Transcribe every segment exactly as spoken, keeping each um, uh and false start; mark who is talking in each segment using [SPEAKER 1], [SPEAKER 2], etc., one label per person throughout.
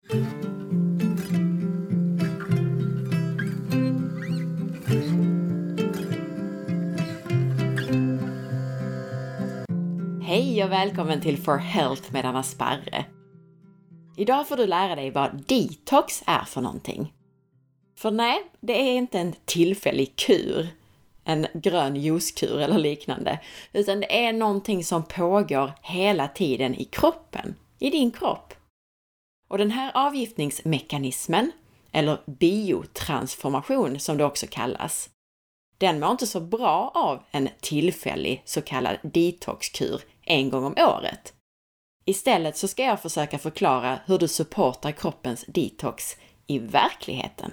[SPEAKER 1] Hej och välkommen till For Health med Anna Sparre. Idag får du lära dig vad detox är för någonting. För nej, det är inte en tillfällig kur, en grön juicekur eller liknande, utan det är någonting som pågår hela tiden i kroppen, i din kropp. Och den här avgiftningsmekanismen, eller biotransformation som det också kallas, den mår inte så bra av en tillfällig så kallad detoxkur en gång om året. Istället så ska jag försöka förklara hur du supportar kroppens detox i verkligheten.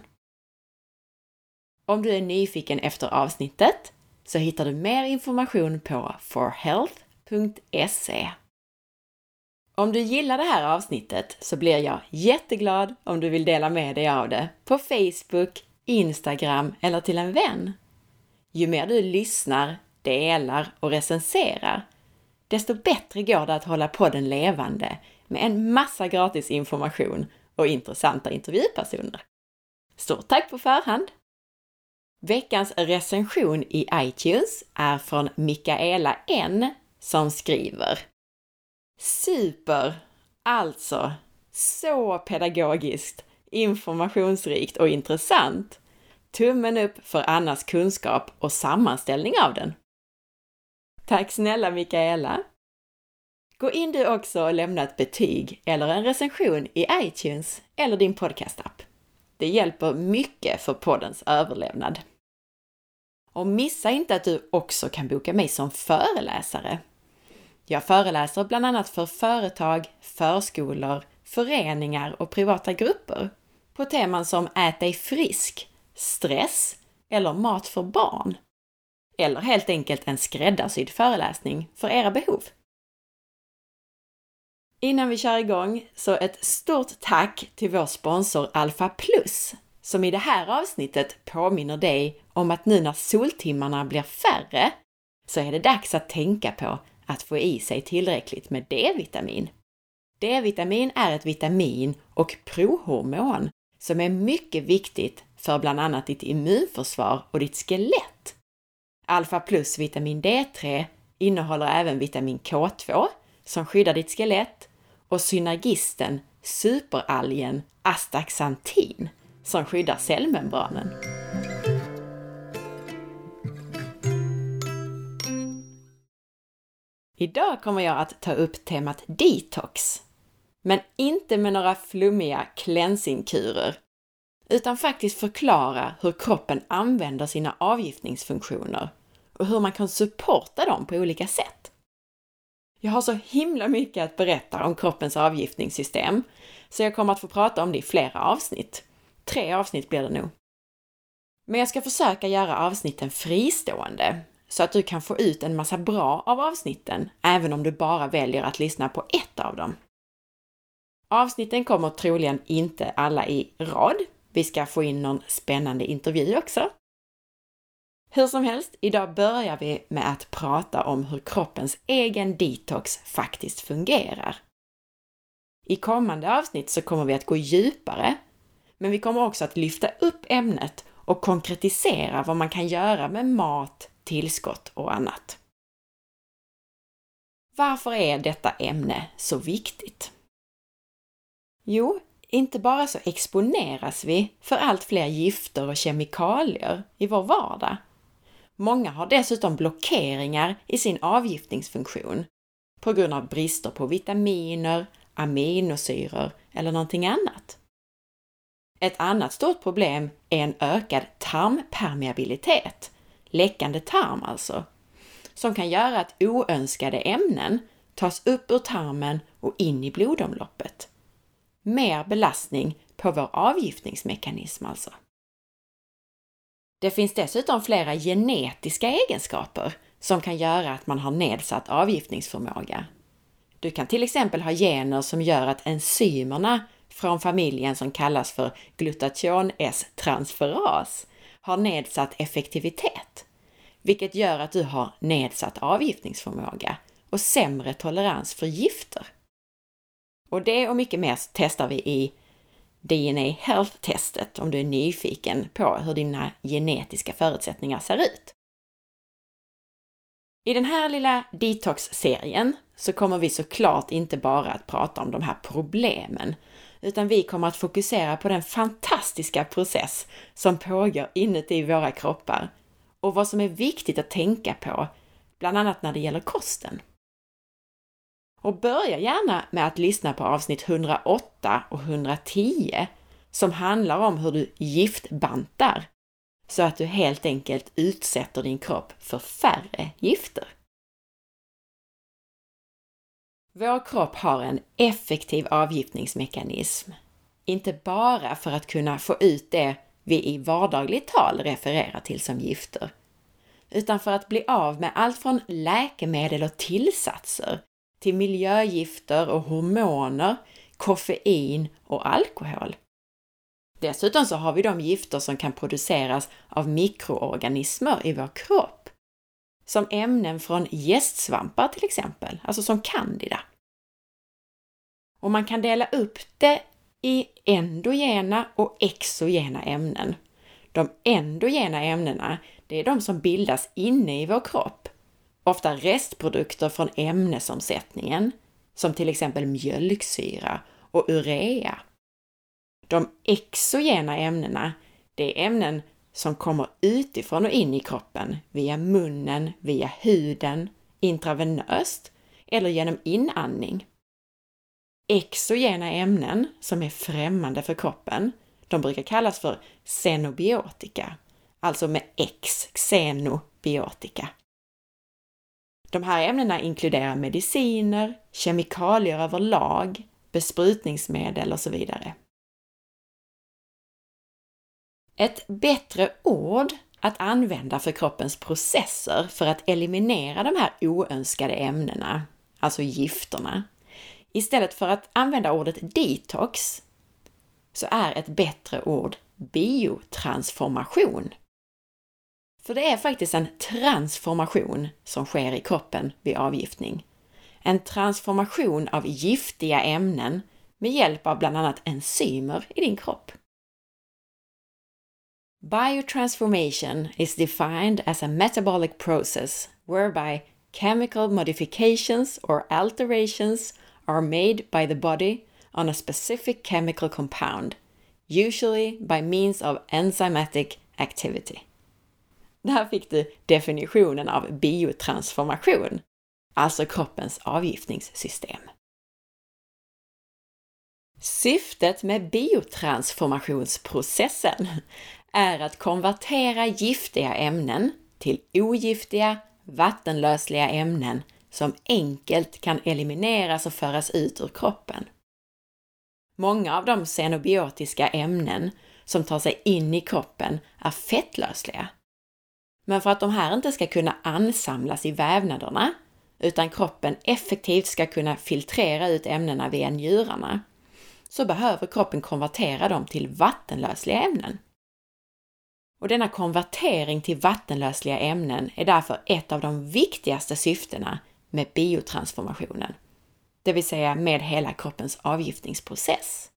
[SPEAKER 1] Om du är nyfiken efter avsnittet så hittar du mer information på for health punkt se. Om du gillar det här avsnittet så blir jag jätteglad om du vill dela med dig av det på Facebook, Instagram eller till en vän. Ju mer du lyssnar, delar och recenserar, desto bättre går det att hålla podden levande med en massa gratis information och intressanta intervjupersoner. Stort tack på förhand! Veckans recension i iTunes är från Mikaela N som skriver: Super! Alltså, så pedagogiskt, informationsrikt och intressant. Tummen upp för Annas kunskap och sammanställning av den. Tack snälla Mikaela! Gå in du också och lämna ett betyg eller en recension i iTunes eller din podcastapp. Det hjälper mycket för poddens överlevnad. Och missa inte att du också kan boka mig som föreläsare. Jag föreläser bland annat för företag, förskolor, föreningar och privata grupper på teman som ät dig frisk, stress eller mat för barn. Eller helt enkelt en skräddarsydd föreläsning för era behov. Innan vi kör igång så ett stort tack till vår sponsor Alpha Plus som i det här avsnittet påminner dig om att nu när soltimmarna blir färre så är det dags att tänka på att få i sig tillräckligt med D-vitamin. D-vitamin är ett vitamin och prohormon som är mycket viktigt för bland annat ditt immunförsvar och ditt skelett. Alpha Plus vitamin D tre innehåller även vitamin K två som skyddar ditt skelett och synergisten superalgen astaxantin som skyddar cellmembranen. Idag kommer jag att ta upp temat detox, men inte med några flummiga cleansingkurer, utan faktiskt förklara hur kroppen använder sina avgiftningsfunktioner och hur man kan supporta dem på olika sätt. Jag har så himla mycket att berätta om kroppens avgiftningssystem, så jag kommer att få prata om det i flera avsnitt. Tre avsnitt blir det nog. Men jag ska försöka göra avsnitten fristående, så att du kan få ut en massa bra av avsnitten, även om du bara väljer att lyssna på ett av dem. Avsnitten kommer troligen inte alla i rad. Vi ska få in någon spännande intervju också. Hur som helst, idag börjar vi med att prata om hur kroppens egen detox faktiskt fungerar. I kommande avsnitt så kommer vi att gå djupare, men vi kommer också att lyfta upp ämnet och konkretisera vad man kan göra med mat, tillskott och annat. Varför är detta ämne så viktigt? Jo, inte bara så exponeras vi för allt fler gifter och kemikalier i vår vardag. Många har dessutom blockeringar i sin avgiftningsfunktion på grund av brister på vitaminer, aminosyror eller någonting annat. Ett annat stort problem är en ökad tarmpermeabilitet, läckande tarm alltså, som kan göra att oönskade ämnen tas upp ur tarmen och in i blodomloppet. Mer belastning på vår avgiftningsmekanism alltså. Det finns dessutom flera genetiska egenskaper som kan göra att man har nedsatt avgiftningsförmåga. Du kan till exempel ha gener som gör att enzymerna från familjen som kallas för glutation S-transferas har nedsatt effektivitet, vilket gör att du har nedsatt avgiftningsförmåga och sämre tolerans för gifter. Och det och mycket mer testar vi i D N A Health-testet om du är nyfiken på hur dina genetiska förutsättningar ser ut. I den här lilla detox-serien så kommer vi såklart inte bara att prata om de här problemen, utan vi kommer att fokusera på den fantastiska process som pågår inuti våra kroppar och vad som är viktigt att tänka på, bland annat när det gäller kosten. Och börja gärna med att lyssna på avsnitt hundraåtta och hundratio som handlar om hur du giftbantar så att du helt enkelt utsätter din kropp för färre gifter. Vår kropp har en effektiv avgiftningsmekanism, inte bara för att kunna få ut det vi i vardagligt tal refererar till som gifter, utan för att bli av med allt från läkemedel och tillsatser till miljögifter och hormoner, koffein och alkohol. Dessutom så har vi de gifter som kan produceras av mikroorganismer i vår kropp, som ämnen från jästsvampar till exempel, alltså som candida. Och man kan dela upp det i endogena och exogena ämnen. De endogena ämnena, det är de som bildas inne i vår kropp. Ofta restprodukter från ämnesomsättningen, som till exempel mjölksyra och urea. De exogena ämnena, det är ämnen som kommer utifrån och in i kroppen via munnen, via huden, intravenöst eller genom inandning. Exogena ämnen som är främmande för kroppen, de brukar kallas för xenobiotika, alltså med X, xenobiotika. De här ämnena inkluderar mediciner, kemikalier överlag, besprutningsmedel och så vidare. Ett bättre ord att använda för kroppens processer för att eliminera de här oönskade ämnena, alltså gifterna, istället för att använda ordet detox, så är ett bättre ord biotransformation. För det är faktiskt en transformation som sker i kroppen vid avgiftning. En transformation av giftiga ämnen med hjälp av bland annat enzymer i din kropp. Biotransformation is defined as a metabolic process whereby chemical modifications or alterations are made by the body on a specific chemical compound, usually by means of enzymatic activity. Där fick du definitionen av biotransformation, alltså kroppens avgiftningssystem. Syftet med biotransformationsprocessen är att konvertera giftiga ämnen till ogiftiga, vattenlösliga ämnen som enkelt kan elimineras och föras ut ur kroppen. Många av de xenobiotiska ämnen som tar sig in i kroppen är fettlösliga. Men för att de här inte ska kunna ansamlas i vävnaderna, utan kroppen effektivt ska kunna filtrera ut ämnena via njurarna, så behöver kroppen konvertera dem till vattenlösliga ämnen. Och denna konvertering till vattenlösliga ämnen är därför ett av de viktigaste syftena med biotransformationen, det vill säga med hela kroppens avgiftningsprocess.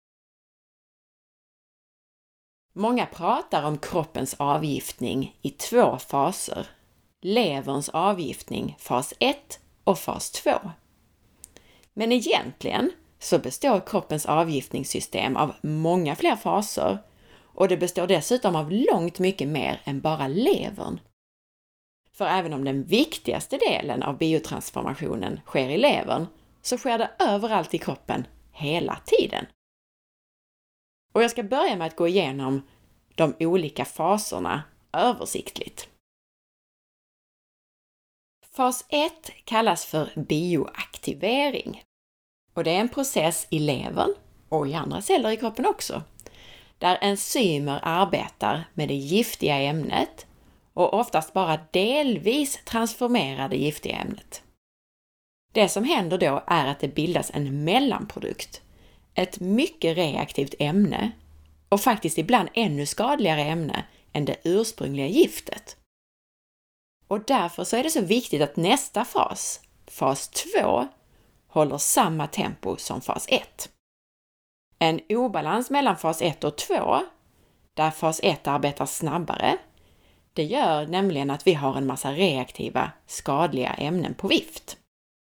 [SPEAKER 1] Många pratar om kroppens avgiftning i två faser. Leverns avgiftning fas ett och fas två. Men egentligen så består kroppens avgiftningssystem av många fler faser och det består dessutom av långt mycket mer än bara levern. För även om den viktigaste delen av biotransformationen sker i levern så sker det överallt i kroppen hela tiden. Och jag ska börja med att gå igenom de olika faserna översiktligt. Fas ett kallas för bioaktivering. Och det är en process i levern och i andra celler i kroppen också, där enzymer arbetar med det giftiga ämnet och oftast bara delvis transformerar det giftiga ämnet. Det som händer då är att det bildas en mellanprodukt, ett mycket reaktivt ämne och faktiskt ibland ännu skadligare ämne än det ursprungliga giftet. Och därför så är det så viktigt att nästa fas, fas två, håller samma tempo som fas ett. En obalans mellan fas ett och två, där fas ett arbetar snabbare, det gör nämligen att vi har en massa reaktiva, skadliga ämnen på vift.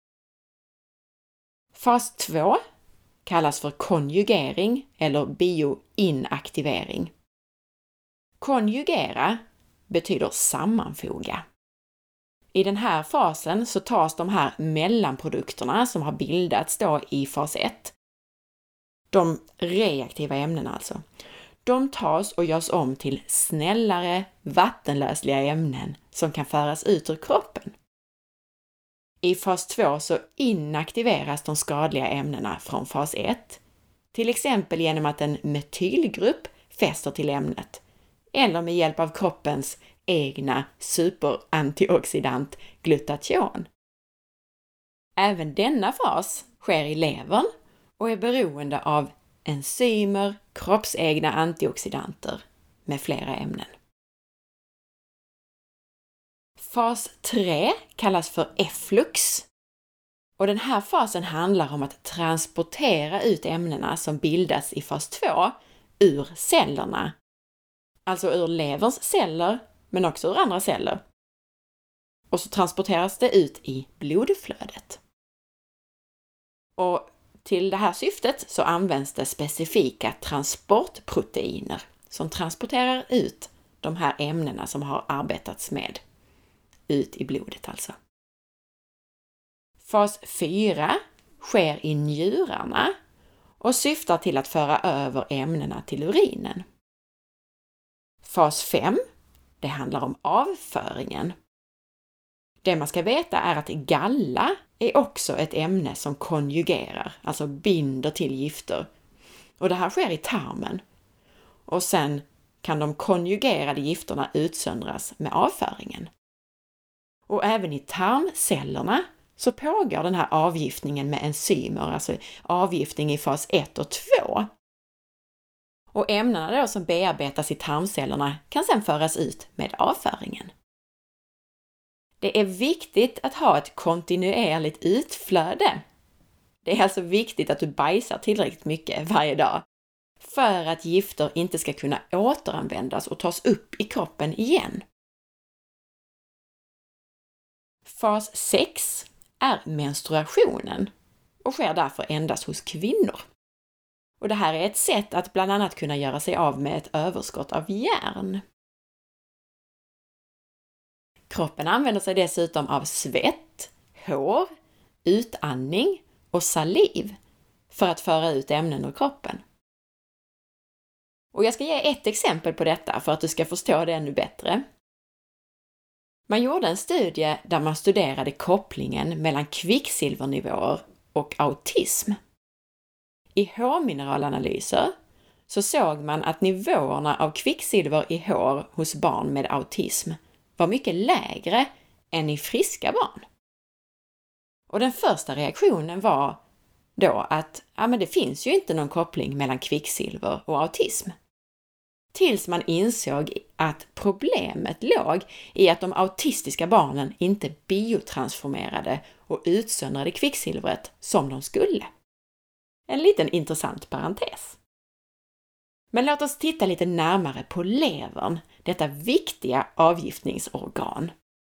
[SPEAKER 1] Fas två kallas för konjugering eller bioinaktivering. Konjugera betyder sammanfoga. I den här fasen så tas de här mellanprodukterna som har bildats då i fas ett, de reaktiva ämnena alltså, de tas och görs om till snällare, vattenlösliga ämnen som kan föras ut ur kroppen. I fas två så inaktiveras de skadliga ämnena från fas ett, till exempel genom att en metylgrupp fäster till ämnet, eller med hjälp av kroppens egna superantioxidant glutation. Även denna fas sker i levern och är beroende av enzymer, kroppsegna antioxidanter med flera ämnen. Fas tre kallas för efflux och den här fasen handlar om att transportera ut ämnena som bildas i fas två ur cellerna, alltså ur leverns celler men också ur andra celler. Och så transporteras det ut i blodflödet. Och till det här syftet så används det specifika transportproteiner som transporterar ut de här ämnena som har arbetats med ut i blodet alltså. Fas fyra sker i njurarna och syftar till att föra över ämnena till urinen. Fas fem, det handlar om avföringen. Det man ska veta är att galla är också ett ämne som konjugerar, alltså binder till gifter. Och det här sker i tarmen. Och sen kan de konjugerade gifterna utsöndras med avföringen. Och även i tarmcellerna så pågår den här avgiftningen med enzymer, alltså avgiftning i fas ett och två. Och ämnena då som bearbetas i tarmcellerna kan sedan föras ut med avföringen. Det är viktigt att ha ett kontinuerligt utflöde. Det är alltså viktigt att du bajsar tillräckligt mycket varje dag för att gifter inte ska kunna återanvändas och tas upp i kroppen igen. Fas sex är menstruationen och sker därför endast hos kvinnor. Och det här är ett sätt att bland annat kunna göra sig av med ett överskott av järn. Kroppen använder sig dessutom av svett, hår, utandning och saliv för att föra ut ämnen ur kroppen. Och jag ska ge ett exempel på detta för att du ska förstå det ännu bättre. Man gjorde en studie där man studerade kopplingen mellan kvicksilvernivåer och autism. I hårmineralanalyser så såg man att nivåerna av kvicksilver i hår hos barn med autism var mycket lägre än i friska barn. Och den första reaktionen var då att ja, men det finns ju inte någon koppling mellan kvicksilver och autism. Tills man insåg att problemet låg i att de autistiska barnen inte biotransformerade och utsöndrade kvicksilvret som de skulle. En liten intressant parentes. Men låt oss titta lite närmare på levern, detta viktiga avgiftningsorgan.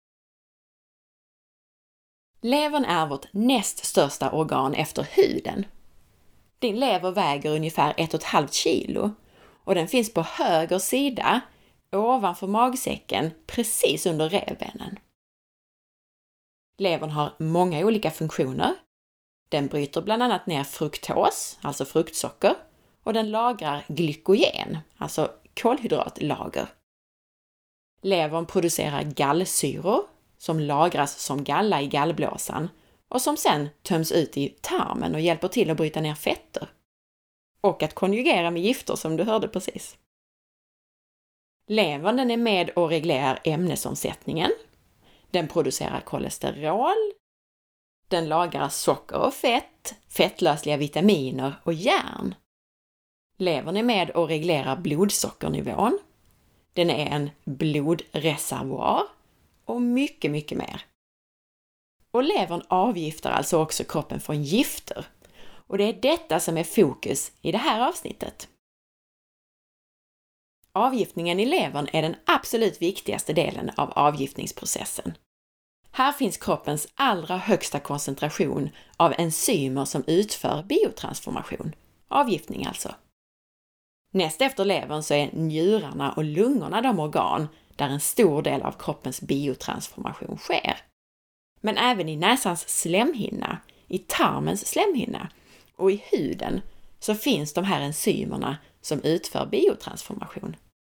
[SPEAKER 1] Levern är vårt näst största organ efter huden. Din lever väger ungefär ett och ett halvt kilo och den finns på höger sida ovanför magsäcken precis under revbenen. Levern har många olika funktioner. Den bryter bland annat ner fruktos, alltså fruktsocker, och den lagrar glykogen, alltså kolhydratlager. Levern producerar gallsyror som lagras som galla i gallblåsan och som sen töms ut i tarmen och hjälper till att bryta ner fetter. Och att konjugera med gifter som du hörde precis. Levern den är med och reglerar ämnesomsättningen. Den producerar kolesterol. Den lagrar socker och fett, fettlösliga vitaminer och järn. Levern är med och reglerar blodsockernivån. Den är en blodreservoar och mycket, mycket mer. Och levern avgiftar alltså också kroppen från gifter. Och det är detta som är fokus i det här avsnittet. Avgiftningen i levern är den absolut viktigaste delen av avgiftningsprocessen. Här finns kroppens allra högsta koncentration av enzymer som utför biotransformation. Avgiftning alltså. Näst efter levern så är njurarna och lungorna de organ där en stor del av kroppens biotransformation sker. Men även i näsans slemhinna, i tarmens slemhinna och i huden så finns de här enzymerna som utför biotransformation.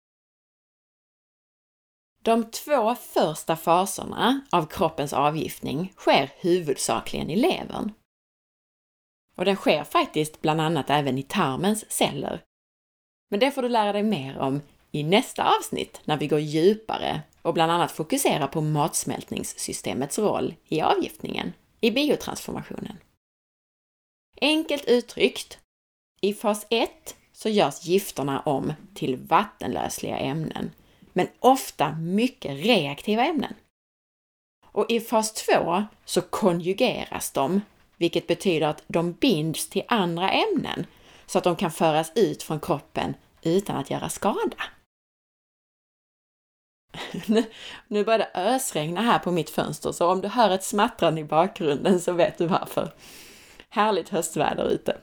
[SPEAKER 1] De två första faserna av kroppens avgiftning sker huvudsakligen i levern. Och den sker faktiskt bland annat även i tarmens celler. Men det får du lära dig mer om i nästa avsnitt när vi går djupare och bland annat fokuserar på matsmältningssystemets roll i avgiftningen, i biotransformationen. Enkelt uttryckt, i fas ett så görs gifterna om till vattenlösliga ämnen, men ofta mycket reaktiva ämnen. Och i fas två så konjugeras de, vilket betyder att de binds till andra ämnen så att de kan föras ut från kroppen utan att göra skada. Nu börjar det ösregna här på mitt fönster, så om du hör ett smattrande i bakgrunden så vet du varför. Härligt höstväder ute.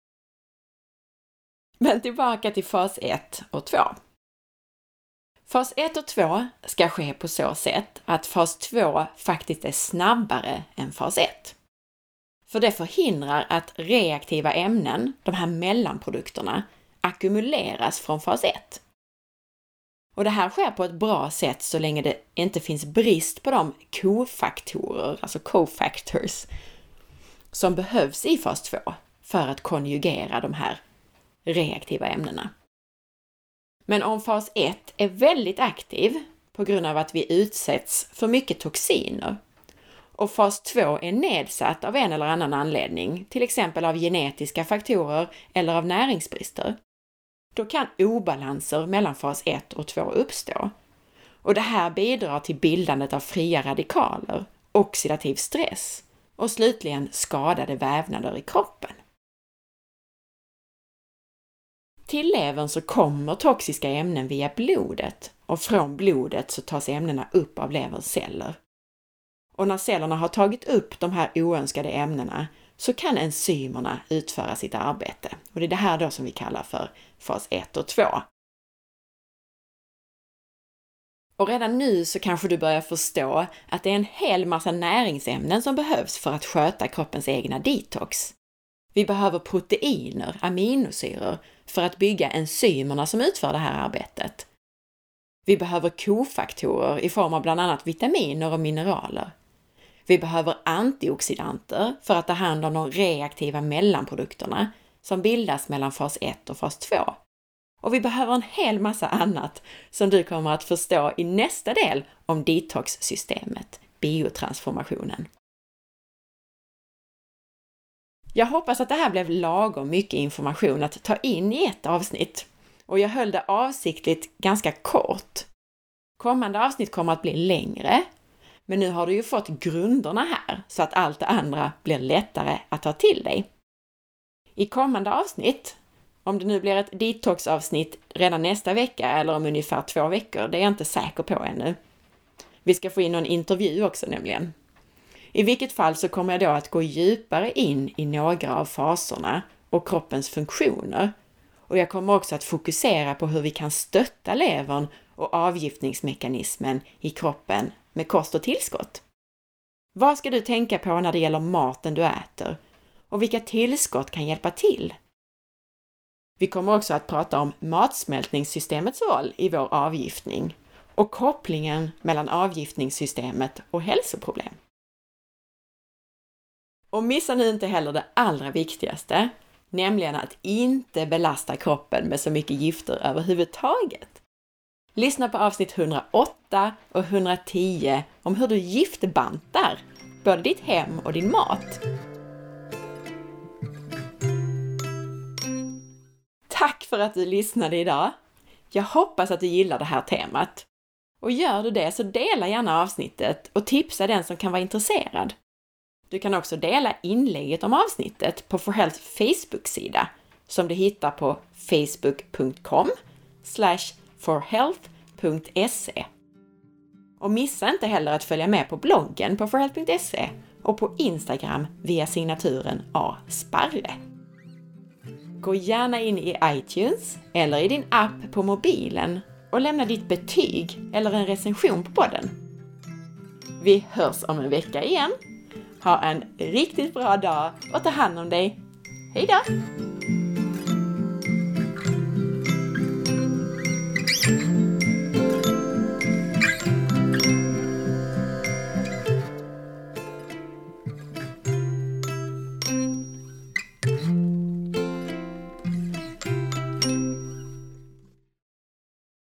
[SPEAKER 1] Men tillbaka till fas ett och två. Fas ett och två ska ske på så sätt att fas två faktiskt är snabbare än fas ett. För det förhindrar att reaktiva ämnen, de här mellanprodukterna, ackumuleras från fas ett. Och det här sker på ett bra sätt så länge det inte finns brist på de kofaktorer, alltså cofactors, som behövs i fas två för att konjugera de här reaktiva ämnena. Men om fas ett är väldigt aktiv på grund av att vi utsätts för mycket toxiner och fas två är nedsatt av en eller annan anledning, till exempel av genetiska faktorer eller av näringsbrister, då kan obalanser mellan fas ett och två uppstå. Och det här bidrar till bildandet av fria radikaler, oxidativ stress och slutligen skadade vävnader i kroppen. Till levern så kommer toxiska ämnen via blodet och från blodet så tas ämnena upp av leverns celler. Och när cellerna har tagit upp de här oönskade ämnena så kan enzymerna utföra sitt arbete. Och det är det här då som vi kallar för fas ett och två. Och redan nu så kanske du börjar förstå att det är en hel massa näringsämnen som behövs för att sköta kroppens egna detox. Vi behöver proteiner, aminosyror, för att bygga enzymerna som utför det här arbetet. Vi behöver kofaktorer i form av bland annat vitaminer och mineraler. Vi behöver antioxidanter för att ta hand om de reaktiva mellanprodukterna som bildas mellan fas ett och fas två. Och vi behöver en hel massa annat som du kommer att förstå i nästa del om detoxsystemet, biotransformationen. Jag hoppas att det här blev lagom mycket information att ta in i ett avsnitt. Och jag höll det avsiktligt ganska kort. Kommande avsnitt kommer att bli längre. Men nu har du ju fått grunderna här så att allt det andra blir lättare att ta till dig. I kommande avsnitt, om det nu blir ett detox-avsnitt redan nästa vecka eller om ungefär två veckor, det är jag inte säker på ännu. Vi ska få in någon intervju också nämligen. I vilket fall så kommer jag då att gå djupare in i några av faserna och kroppens funktioner. Och jag kommer också att fokusera på hur vi kan stötta levern och avgiftningsmekanismen i kroppen med kost och tillskott. Vad ska du tänka på när det gäller maten du äter? Och vilka tillskott kan hjälpa till? Vi kommer också att prata om matsmältningssystemets roll i vår avgiftning och kopplingen mellan avgiftningssystemet och hälsoproblem. Och missa nu inte heller det allra viktigaste, nämligen att inte belasta kroppen med så mycket gifter överhuvudtaget. Lyssna på avsnitt hundraåtta och hundratio om hur du giftbantar både ditt hem och din mat. Tack för att du lyssnade idag. Jag hoppas att du gillar det här temat. Och gör du det så dela gärna avsnittet och tipsa den som kan vara intresserad. Du kan också dela inlägget om avsnittet på For Health Facebook-sida som du hittar på facebook punkt com slash forhealth punkt se. Och missa inte heller att följa med på bloggen på forhealth punkt se och på Instagram via signaturen A Sparre. Gå gärna in i iTunes eller i din app på mobilen och lämna ditt betyg eller en recension på podden. Vi hörs om en vecka igen. Ha en riktigt bra dag och ta hand om dig. Hej då!